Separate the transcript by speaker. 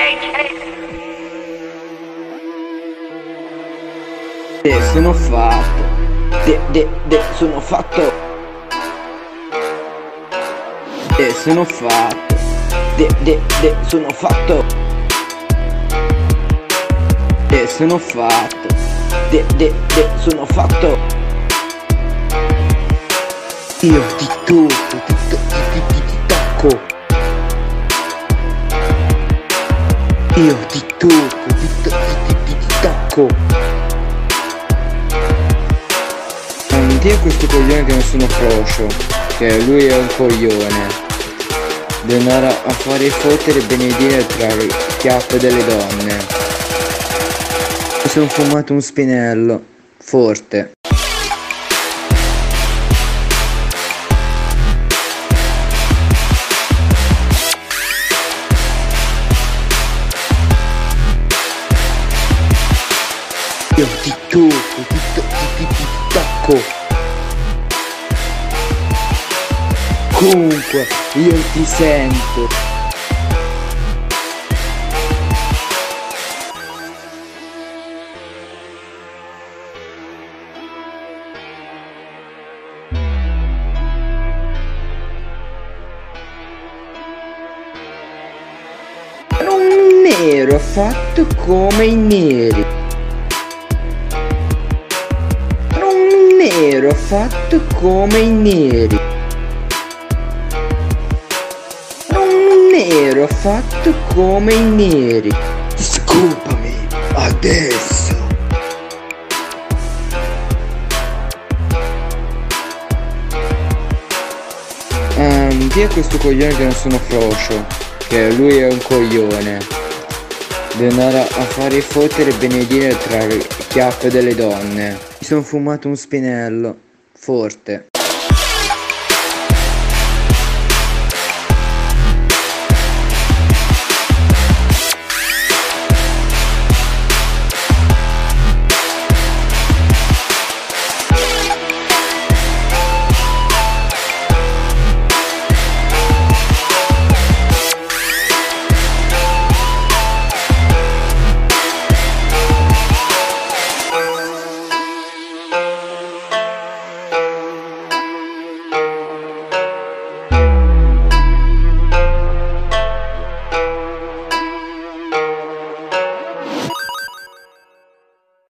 Speaker 1: Sono fatto. Sono fatto. Sono fatto. Sono fatto. Sono fatto. Sono fatto. Io ti tocco, ti tocco. Io ti tocco, ti tocco. Non dire a questo coglione che non sono frocio, che lui è un coglione. Devo andare a fare fottere e benedire tra le chiappe delle donne. Mi sono fumato un spinello forte. Io ti tocco, ti tocco. Comunque, io ti sento. Non ero affatto come i neri. Non ero affatto come i neri. Non ero affatto come i neri. Scopami adesso. Dì a questo coglione che non sono frocio, che lui è un coglione. Devo andare a fare fottere e benedire tra le chiappe delle donne. Mi sono fumato un spinello forte.